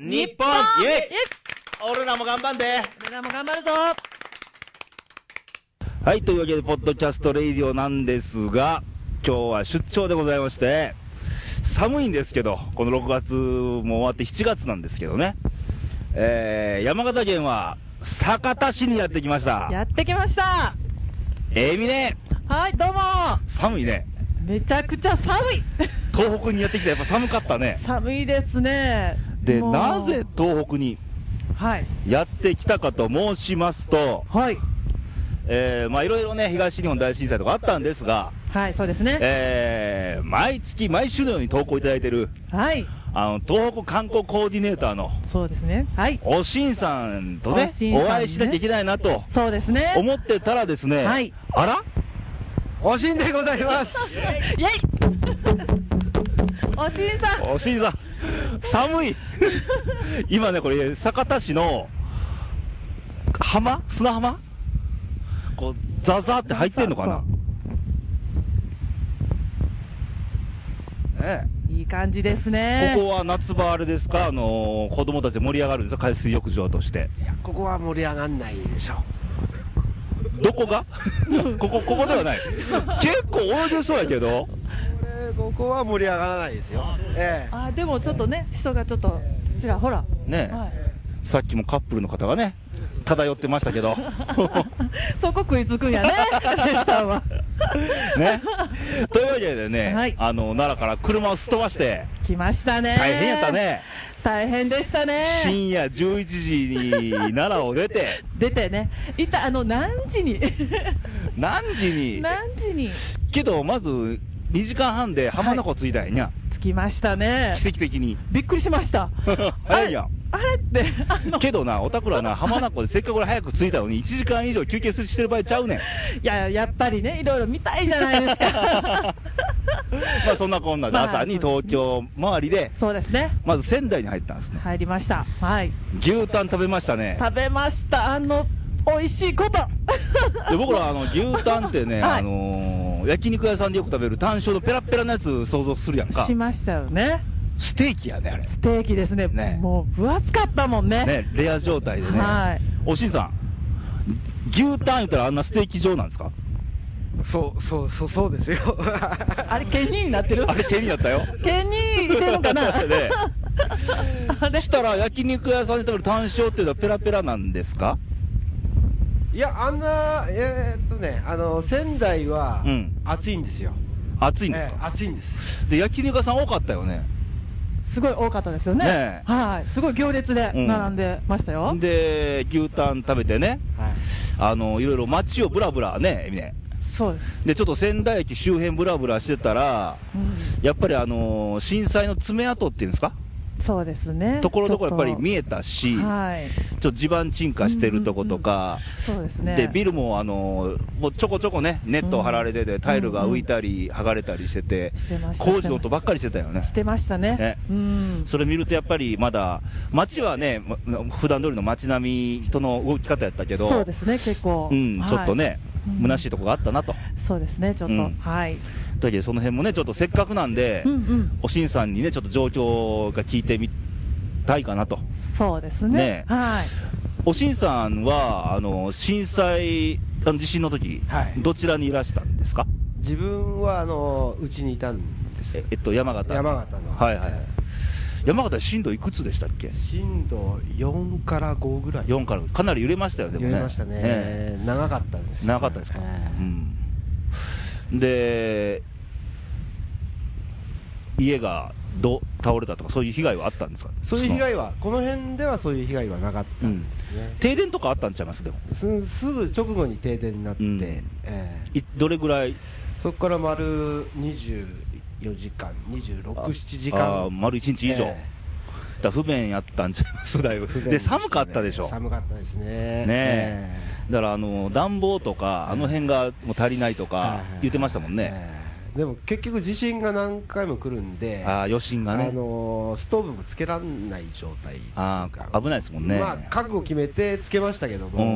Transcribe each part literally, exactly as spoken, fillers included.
日本イエイ、俺らも頑張んで、 俺らも頑張るぞ。 はい、というわけでポッドキャストレイディオなんですが、今日は出張でございまして、寒いんですけど、このろくがつも終わってしちがつなんですけどね、えー、山形県は酒田市にやってきました。 やってきました。 えみね。 はい、どうも。 寒いね。 めちゃくちゃ寒い。 東北にやってきた。やっぱ寒かったね。 寒いですね。 で、なぜ東北にやってきたかと申しますと、 はい、 えー、まあいろいろね、東日本大震災とかあったんですが、 はい、そうですね。 えー、毎月毎週のように投稿いただいてる、 はい、 あの東北観光コーディネーターのそうですね、はい、 おしんさんとね、 おしんさんね、 お会いしなきゃいけないなとそうですね、 思ってたらですね、 はい、 あら、 おしんでございます。 イェイおしんさん、 おしんさん寒い今ね、これ酒田市の浜、砂浜こうザザーって入ってんのかなね。 いい感じですね。 ここは夏場あれですか、あのー、子供たちで盛り上がるんですか、海水浴場として。 いや、ここは盛り上がんないでしょ。 どこがここ、ここではない。結構泳げそうやけど、 ここは盛り上がらないですよ。ええ、 あ、でもちょっとね、人がちょっとちらほらね、 はい、 さっきもカップルの方がね漂ってましたけどそこ食いつくんやねさんはね。というわけでね、 はい、 あの奈良から車をすっ飛ばして来ましたね。 大変やったね。 大変でしたね。 深夜じゅういちじに奈良を出て出てね、いた、あの何時に何時に何時にけど、まずにじかんはんで浜名湖着いたんやにゃ、はい、 着きましたね。 奇跡的にびっくりしました早いやん。 あれってあのけどな、おたくらな、浜名湖でせっかく俺早く着いたのにいちじかん以上休憩してる場合ちゃうねん。いや、やっぱりね、いろいろ見たいじゃないですかまあそんなこんなで朝に東京周りで、 そうですね、 まず仙台に入ったんですね。 入りました。はい、 牛タン食べましたね。 食べました。あの美味しいことで僕らあの牛タンってね、はい、あのー、焼肉屋さんでよく食べるタン塩のペラペラなやつ想像するやんか。 しましたよね。 ステーキやね、あれ。 ステーキですね。ね、もう分厚かったもんね。 ね、レア状態でね。はい、おしんさん、牛タン言ったらあんなステーキ状なんですか？ そうそうそうそうですよあれケニーになってる？ あれケニーだったよ。 ケニー入れるかなね。 あれしたら焼肉屋さんで食べるタン塩っていうのはペラペラなんですか？ いや、あんな、えー、っとね、あの仙台は暑いんですよ。 うん、暑いんですか？ えー、暑いんです。 で焼肉屋さん多かったよね。 すごい多かったですよね。ね、はい、すごい行列で並んでましたよ。 うん、で牛タン食べてね、はい、あのいろいろ街をブラブラね、ね、 そうです。 でちょっと仙台駅周辺ブラブラしてたら、うん、やっぱりあの震災の爪痕っていうんですか、 そうですね、 ところどころやっぱり見えたし、はい、ちょっと地盤沈下してるとことか、 うんうんうん、そうですね、 でビルもあのもうちょこちょこねネット張られてて、タイルが浮いたり剥がれたりしてて、工事の音ばっかりしてたよね。 してましたね。ね、 うん、それ見るとやっぱりまだ街はね普段通りの街並み、人の動き方やったけど、 そうですね、結構、 うん、ちょっとね、はい、虚しいとこがあったなと。 そうですね、ちょっと、うん、はい。 というわけでその辺もねちょっとせっかくなんで、うんうん、おしんさんにねちょっと状況が聞いてみたいかなと。 そうですね。ね、はい。 おしんさんはあの震災、あの地震の時、はい、どちらにいらしたんですか？ 自分はあのうちにいたんです。 ええっと山形。 山形の。 はいはい。山形震度いくつでしたっけ？ 震度よんからごぐらい。 よんからかなり揺れましたよ。でもね。 揺れましたね。ね、長かったんですよ。 長かったですか。えー、うん。で家がど倒れたとかそういう被害はあったんですか？ そういう被害はこの辺ではそういう被害はなかったんですね。うん、 停電とかあったんちゃいます？でもす, すぐ直後に停電になって、うん、 えー、どれぐらい？ そこから丸にじゅうよじかん、にじゅうろく、ななじかん、 あ丸いちにち以上、えー、だ不便やったんちゃいますだいぶ。で、ね、寒かったでしょ。 寒かったですね。ねえー、だからあの暖房とかあの辺がもう足りないとか言ってましたもんね。えーでも結局地震が何回も来るんで、 あ余震がね、 あのー、ストーブもつけられない状態、 あ危ないですもんね。 まあ覚悟決めてつけましたけども、うん、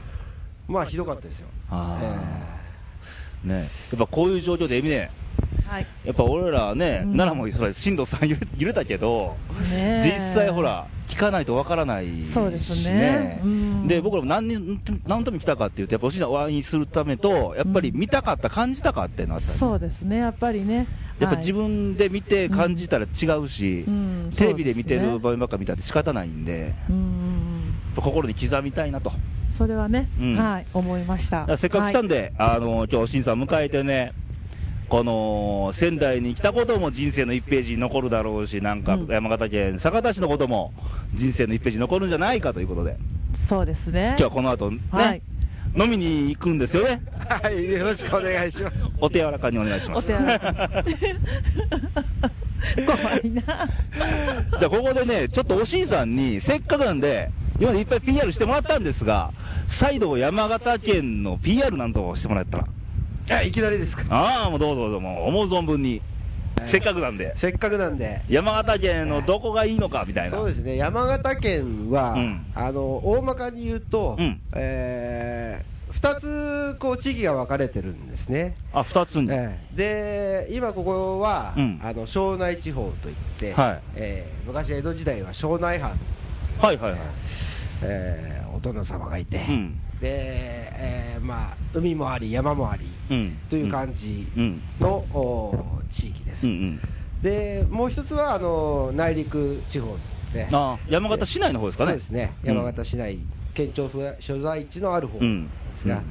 まあひどかったですよ。 あ、えー、ね、やっぱこういう状況でエミネ、 はい、 やっぱ俺らはね、うん、奈良もそれ震度さん揺れ、揺れたけど、ね、実際ほら聞かないとわからないしね。 そうですね、うん、 で僕らも何に何とも来たかっていうと、やっぱおしいさんお会いするためと、やっぱり見たかった、うん、感じたかっていうのはあった、ね、 そうですね、やっぱりね、 やっぱ自分で見て感じたら違うし、うんうん、テレビで見てる場面ばっか見たって仕方ないんで、うん、心に刻みたいなと。 それはね、うん、はい、思いました。 せっかく来たんで、はい、あの今日新さん迎えてね、この仙台に来たことも人生のいちページに残るだろうし、なんか山形県酒田市のことも人生のいちページに残るんじゃないかということで、 そうですね、 今日はこの後ね、はい、飲みに行くんですよね。 はい、よろしくお願いします。 お手柔らかにお願いします。 お手柔らか怖いな。 じゃあここでね、ちょっとおしんさんにせっかくなんで今までいっぱい ピーアール してもらったんですが、再度山形県の ピーアール なんぞをしてもらったら。 いきなりですか。 ああ、もうどうぞどうぞ、もう思う存分に、えー、せっかくなんでせっかくなんで山形県のどこがいいのかみたいな。 そうですね、山形県は、うん、あの大まかに言うと、うん、えー、ふたつこう地域が分かれてるんですね。 あ、ふたつに、 えー、で今ここは、うん、あの庄内地方といって、はい、えー、昔江戸時代は庄内藩、 はいはいはい、 えー、お殿様がいて、うん、で、えーまあ、海もあり山もあり、うん、という感じの、うん、地域です、うんうん、でもう一つはあの内陸地方ですね。 あ、山形市内の方ですかね。 そうですね、山形市内、うん、県庁所在地のある方ですが、うん、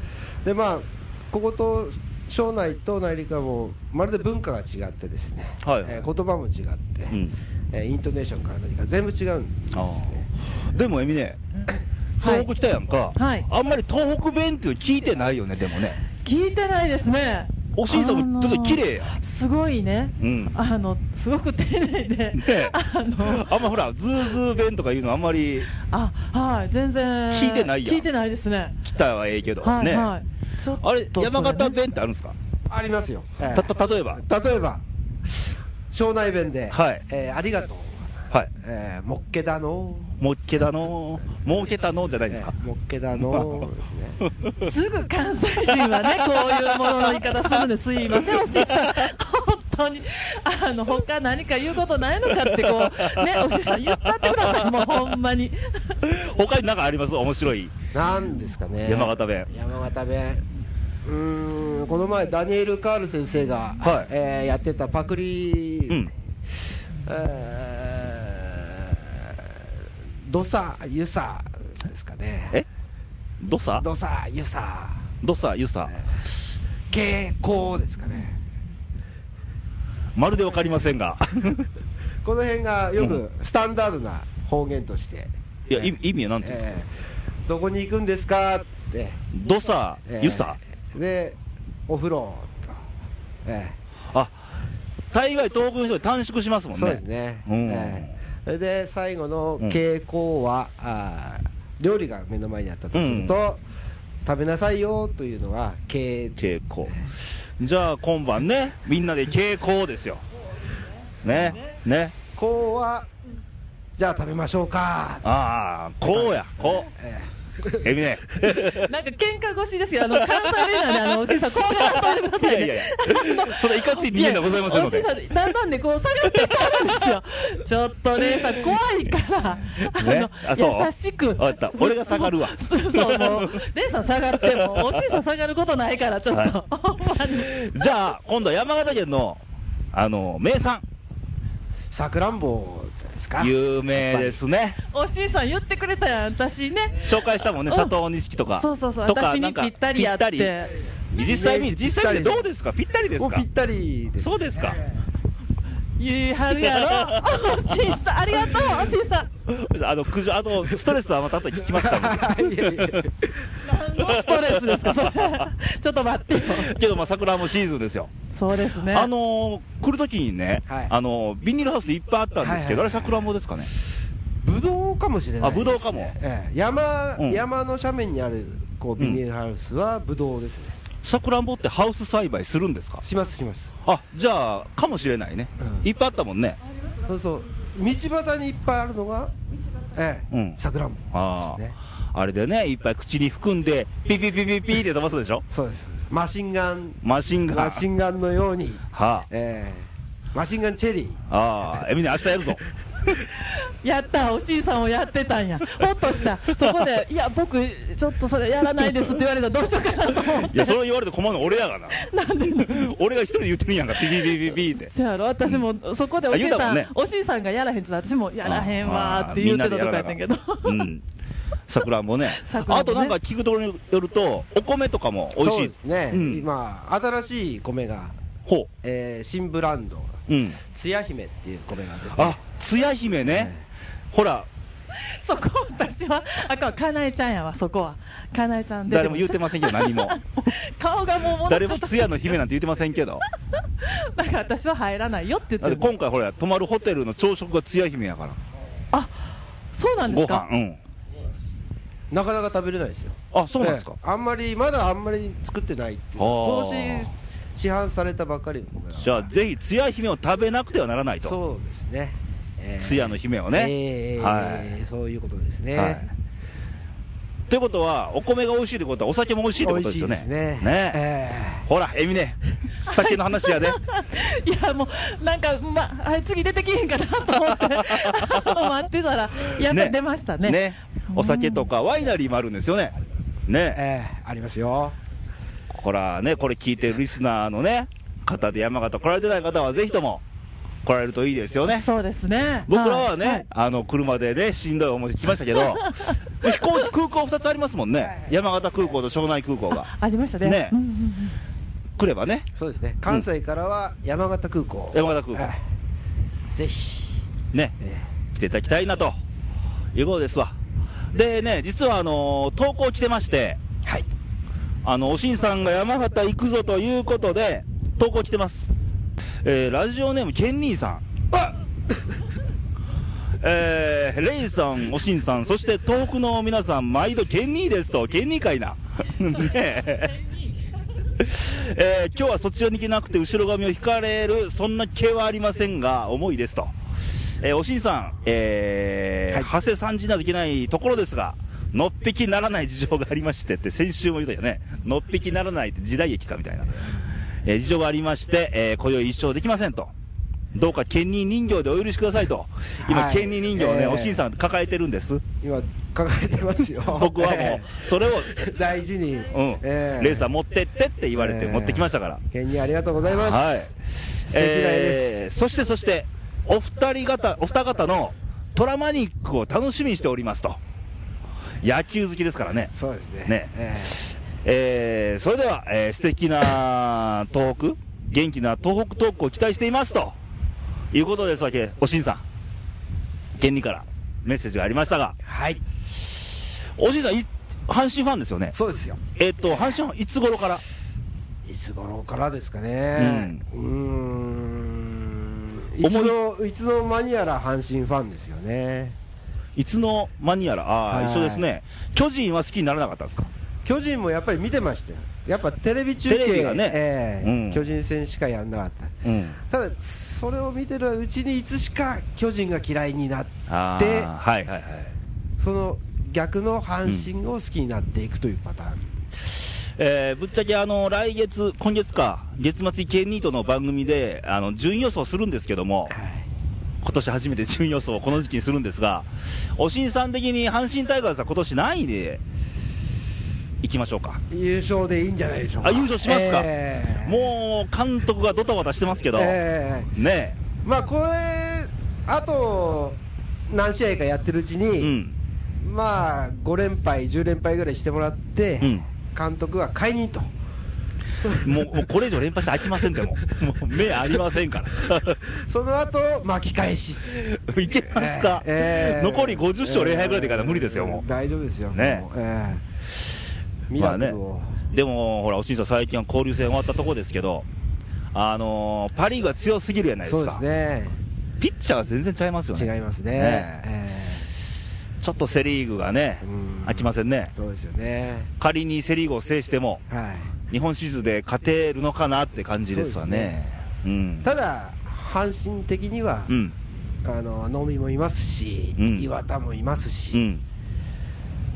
でまあここと庄内と内陸はもうまるで文化が違ってですね、はいはい、えー、言葉も違って、うん、えー、イントネーションから何か全部違うんですね。 でもエミね、東北来たやんか、はい、あんまり東北弁っていうの聞いてないよね。でもね、 聞いてないですね。 おしんさんもちょっと綺麗や、 すごいね、うん、あのすごく丁寧で、ね、あのあんまほらズーズー弁とかいうのあんまり、 あ、はい、全然聞いてないやん。 聞いてないですね。 来たはええけど、はい、ね、はい、あれ山形弁ってあるんですか。 ありますよ。 たた例えば例えば庄内弁で、はい、えー、ありがとう、はい、えー、もっけだのもっけだのもうけたのじゃないですか、 えー、もっけだのですね。 すぐ関西人はねこういうものの言い方するんで、すいませんおしんさん、本当にあの他何か言うことないのかってこうね、おしんさん言ったってください、もうほんまに。 他に何かあります？面白い。 なんですかね、 山形弁。 山形弁、うーん、この前ダニエル・カール先生が、はい、えー、やってたパクリ、うん、えー、ドサユサですかね。 え、ドサドサユサドサユサ、 傾向ですかね。 まるで分かりませんがこの辺がよくスタンダードな方言として、 いや、えー、意味は何て言うんですか、 えー、どこに行くんですかって、 ドサユサ、 えー、でお風呂と、えー、あ、大概東北の人で短縮しますもんね。 そうですね、うん、えー、で最後の傾向は、うん、あ料理が目の前にあったとすると、うん、食べなさいよというのは傾向。じゃあ今晩ね、みんなで傾向ですよね。ね、 こうはじゃあ食べましょうか。 ああ、こうや、こう、えーエビねなんか喧嘩腰ですよ、あの関西弁なんで、あのおしんさん、こうやってくださいね。いやいやいや、 それいかつい人間ではございませんので、 おしんさん、だんだんでこう下がっていくんですよ。ちょっと姉さん、怖いから、あの、ね、あ優しく。 分かった、俺が下がるわ。 そうそう、もう、姉さん下がっても、おしんさん下がることないから、ちょっと。 はい、じゃあ、今度は山形県の、あの、名産。 さくらんぼじゃないですか。 有名ですね。 おしんさん言ってくれたやん、私ね紹介したもんね、佐藤錦とか。 そうそうそう、私にぴったりやって。 実際に実際にどうですか、ぴったりですか。 ぴったりです。 そうですか。 言いはるやろおしんさん、ありがとうおしんさん。 あの苦情、あとストレスはまた後で聞きますからね。 何のストレスですかそれ。ちょっと待ってよ。 けどまあ桜もシーズンですよ。 そうですね。 あのー、来るときにね、はい、あのー、ビニールハウスいっぱいあったんですけど、あれ桜もですかね。 ブドウかもしれないですね。 あ、ブドウかも、 ええ、山、うん、山の斜面にあるこうビニールハウスはブドウですね。 さくらんぼってハウス栽培するんですか。 しますします。 あ、じゃあかもしれないね、うん、いっぱいあったもんね。 そうそう、道端にいっぱいあるのがええ、うん、さくらんぼですね。 あれでね、いっぱい口に含んでピピピピピって飛ばすでしょ。 そうです。 マシンガンマシンガンマシンガンのように、 はあ、 えー、マシンガンチェリー。 ああ、エミネ明日やるぞ。 やった、おしいさんもやってたんや、ほっとした、そこで、いや、僕、ちょっとそれやらないですって言われたら、どうしようかなと思って、 いや、それ言われて困るの俺やがな、 なんで俺が一人で言ってるんやんか、ピピピピピって。 そやろ、私もそこでおしいさん、ね、おしいさんがやらへんって言ったら、私もやらへんわって言ってたとかやったんけど、 さくらんぼね、 ね、 あとなんか聞くところによると、お米とかも美味しい。 そうですね、うん、今、新しい米が、 ほう、 えー、新ブランド、うん、つや姫っていう米が出て、 あ、つや姫ね、ね、ほら、 そこ私はあかん、かなえちゃんやわ、そこはかなえちゃんで誰も言うてませんけど、何も顔がもう誰もつやの姫なんて言うてませんけどだから私は入らないよって言ってる。 今回ほら泊まるホテルの朝食がつや姫やから。 あ、そうなんですか。 ご飯、うん、 なかなか食べれないですよ。 あ、そうなんですか、 ええ、あんまりまだあんまり作ってないっていう、今年市販されたばっかりの米。 じゃあぜひつや姫を食べなくてはならないと。 そうですね、 つやの姫をね、 えーはい、そういうことですね、はい、 ということはお米が美味しいということはお酒も美味しいということですよね。 ねね、 えー、 ほらエミネ酒の話やでいやもうなんか、ま、はい、次出てきへんかなと思って待ってたらやっぱり出ましたね。 ね、ね、お酒とかワイナリーもあるんですよね。ね、 えー、ありますよ。 ほらね、これ聞いてるリスナーのね方で山形来られてない方はぜひとも来られるといいですよね。 そうですね。 僕らはね、 はい、 あの車でねしんどい思い来ましたけど飛行機空港ふたつありますもんね、山形空港と庄内空港があ, ありましたね。 ね、 うんうんうん、 来ればね。 そうですね、関西からは山形空港、 うん、山形空港、 ぜひね、えー、来ていただきたいなということですわ。でね、実はあのー、投稿来てまして、 はい、 あのおしんさんが山形行くぞということで投稿来てます。えー、ラジオネームケンニーさんえー、レイさん、おしんさん、そして東北の皆さん、毎度ケンニーですと。ケンニーかいなねええー、今日はそちらに行けなくて後ろ髪を引かれるそんな気はありませんが重いですと。えー、おしんさん、えーはい、長谷さんじなどいけないところですがのっぴきならない事情がありましてって先週も言ったよね。のっぴきならないって時代劇かみたいな、えー、事情がありまして、えー、今宵一生できませんと。どうかケンニー人形でお許しくださいと。今、はい、ケンニー人形をね、えー、おしんさん抱えてるんです。 今抱えてますよ僕はもうそれを大事に、うん、 えー、レイさん持ってってって言われて持ってきましたから、 えー、ケンニーありがとうございます、はい、素敵な絵です、 えー、そしてそしてお二人方お二方のトラマニックを楽しみにしておりますと。野球好きですからね。 そうですね、 ね、えーえー、それでは、えー、素敵な東北元気な東北トークを期待していますということですわけ。おしんさんケンニーからメッセージがありましたが、 はい、 おしんさん阪神ファンですよね。 そうですよ。 えー、っと阪神ファンいつ頃から。 いつ頃からですかね。うん、うーんいつのいつの間にやら阪神ファンですよね。 いつの間にやら、ああ、一緒ですね。巨人は好きにならなかったんですか。 巨人もやっぱり見てましたよ。やっぱテレビ中継テレビがね、 えーうん、巨人戦しかやんなかった、うん、ただそれを見てるうちにいつしか巨人が嫌いになって、はいはいはい、 その逆の阪神を好きになっていくというパターン、うん、 えー、ぶっちゃけあの来月今月か月末ケンニートの番組であの順位予想するんですけども、はい、今年初めて順位予想をこの時期にするんですが、おしんさん的に阪神タイガースは今年何位で行きましょうか。 優勝でいいんじゃないでしょうか。 あ、優勝しますか、えー、もう監督がドタバタしてますけど、えー、ねえ、 まあこれあと何試合かやってるうちに、うん、まあご連敗じゅう連敗ぐらいしてもらって、うん、監督は解任ともう、もうこれ以上連敗して飽きませんでももう目ありませんからその後巻き返しいけますか、えー、残りごじゅっ勝れい敗ぐらいでいかないと無理ですよ。もう大丈夫ですよねえーまあね、でもほらおしんさん最近は交流戦終わったところですけど、あのー、パ・リーグは強すぎるじゃないですか。 そうですね、 ピッチャーが全然違いますよね。 違いますね、 ねえー、ちょっとセ・リーグがね飽きませんね。 そうですよね。 仮にセ・リーグを制しても、はい、日本シリーズで勝てるのかなって感じですわ ね, ね、うん、 ただ阪神的には、うん、あの能見もいますし、うん、岩田もいますし、うん、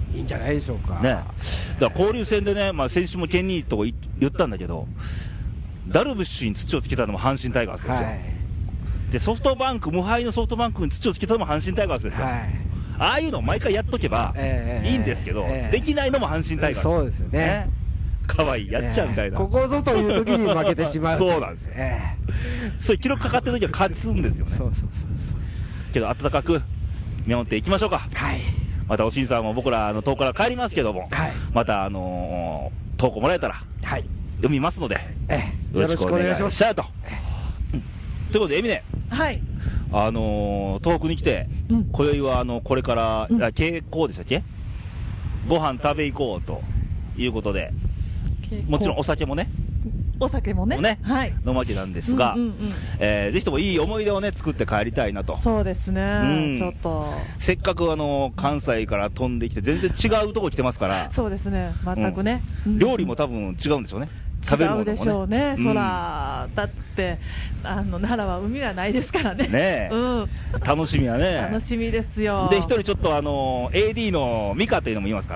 いいんじゃないでしょうか。 ね、だから交流戦でね、まあ、先週もケンニーと言ったんだけど、ダルビッシュに土をつけたのも阪神タイガースですよ、はい、でソフトバンク、無敗のソフトバンクに土をつけたのも阪神タイガースですよ、はい、ああいうのを毎回やっとけばいいんですけど、えーえー、できないのも阪神タイガース、 そうですよね、ね、 かわいい、やっちゃうみたいな、 えー、ここぞという時に負けてしまうそうなんですよ、えー、そういう記録かかってる時は勝つんですよね、 そうそうそうそう、 けど温かく見守っていきましょうか。 はい、 またおしんさんも僕らあの遠くから帰りますけども、はい、またあのー、投稿もらえたら、はい、読みますので、 ええ、よろしくお願いします。ということで、エミネ、 はい、 あのー、遠くに来て、うん、今宵はあのこれから、うん、稽古でしたっけ、ご飯食べ行こうということで、もちろんお酒もね、 お酒もね、 ね、はい、飲むわけなんですが、うんうんうん、えー、ぜひともいい思い出をね作って帰りたいなと。 そうですね、うん、ちょっとせっかくあの関西から飛んできて全然違うとこ来てますからそうですね、全くね、 うん、料理も多分違うんでしょうね、食べるものもね、 違うでしょうね、そら、うん、だってあの奈良は海がないですからね、 ね、うん、楽しみはね、 楽しみですよ。 で一人ちょっとあの エーディー のミカというのもいますから。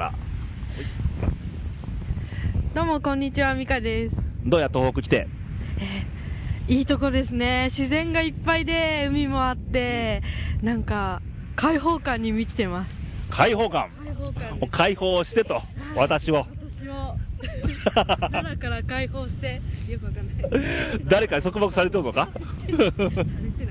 どうもこんにちは、ミカです。 どうや東北来て、 えー、いいとこですね、自然がいっぱいで海もあってなんか開放感に満ちてます。 開放感、開放感開放してと、私を私も奈良から解放してよくわかんない誰かに束縛されてるのかされてないし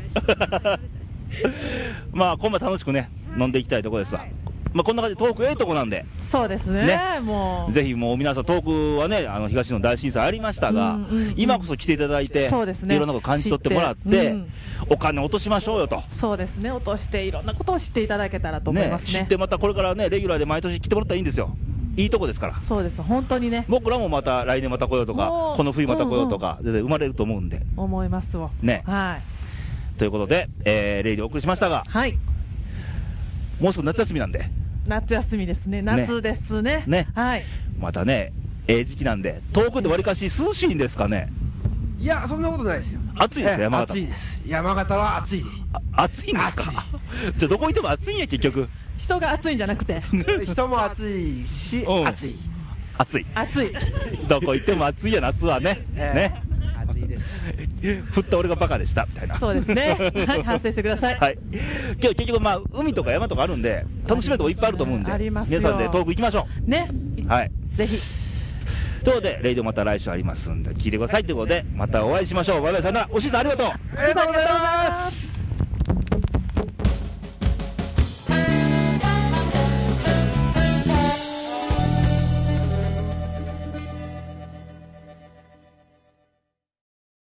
まあ今晩楽しくね、はい、飲んでいきたいところですわ、はい、まあこんな感じでトークええとこなんで、 そうです ね, ねもうぜひもう皆さんトークはね、あの東日本大震災ありましたが、うんうんうん、今こそ来ていただいて、そうですね、いろんなこと感じ取ってもらって、ってうん、お金落としましょうよと。 そうですね、落としていろんなことを知っていただけたらと思いますね。 ね、知ってまたこれからねレギュラーで毎年来てもらったらいいんですよ。いいとこですから。 そうです、本当にね。 僕らもまた来年また来ようとか、この冬また来ようとか、うんうん、全然生まれると思うんで。 思いますわ。 ね。 はい。 ということで、えー、レイでお送りしましたが、はい。もうすぐ夏休みなんで。 夏休みですね。夏ですね。 ね。ね、 はい。 またね、ええ時期なんで、遠くでわりかし涼しいんですかね。 いや、そんなことないですよ。 暑いですよ、山形。 暑いです。山形は暑い。 暑いんですか。じゃあどこ行っても暑いんや結局。 人が暑いんじゃなくて人も暑いし、うん、暑い暑い暑いどこ行っても暑いや夏はね、えー、ね、 暑いです振った俺がバカでしたみたいな。 そうですねはい反省してください。 はい、今日結局まあ海とか山とかあるんで楽しめるとこいっぱいあると思うんで、 ありますよ、 皆さんで遠く行きましょうね。 はい、 ぜひ。 ということでレイドまた来週ありますんで聞いてくださいということでまたお会いしましょう。バイバイ、さよなら。おしんさんありがとう。 ありがとうございます。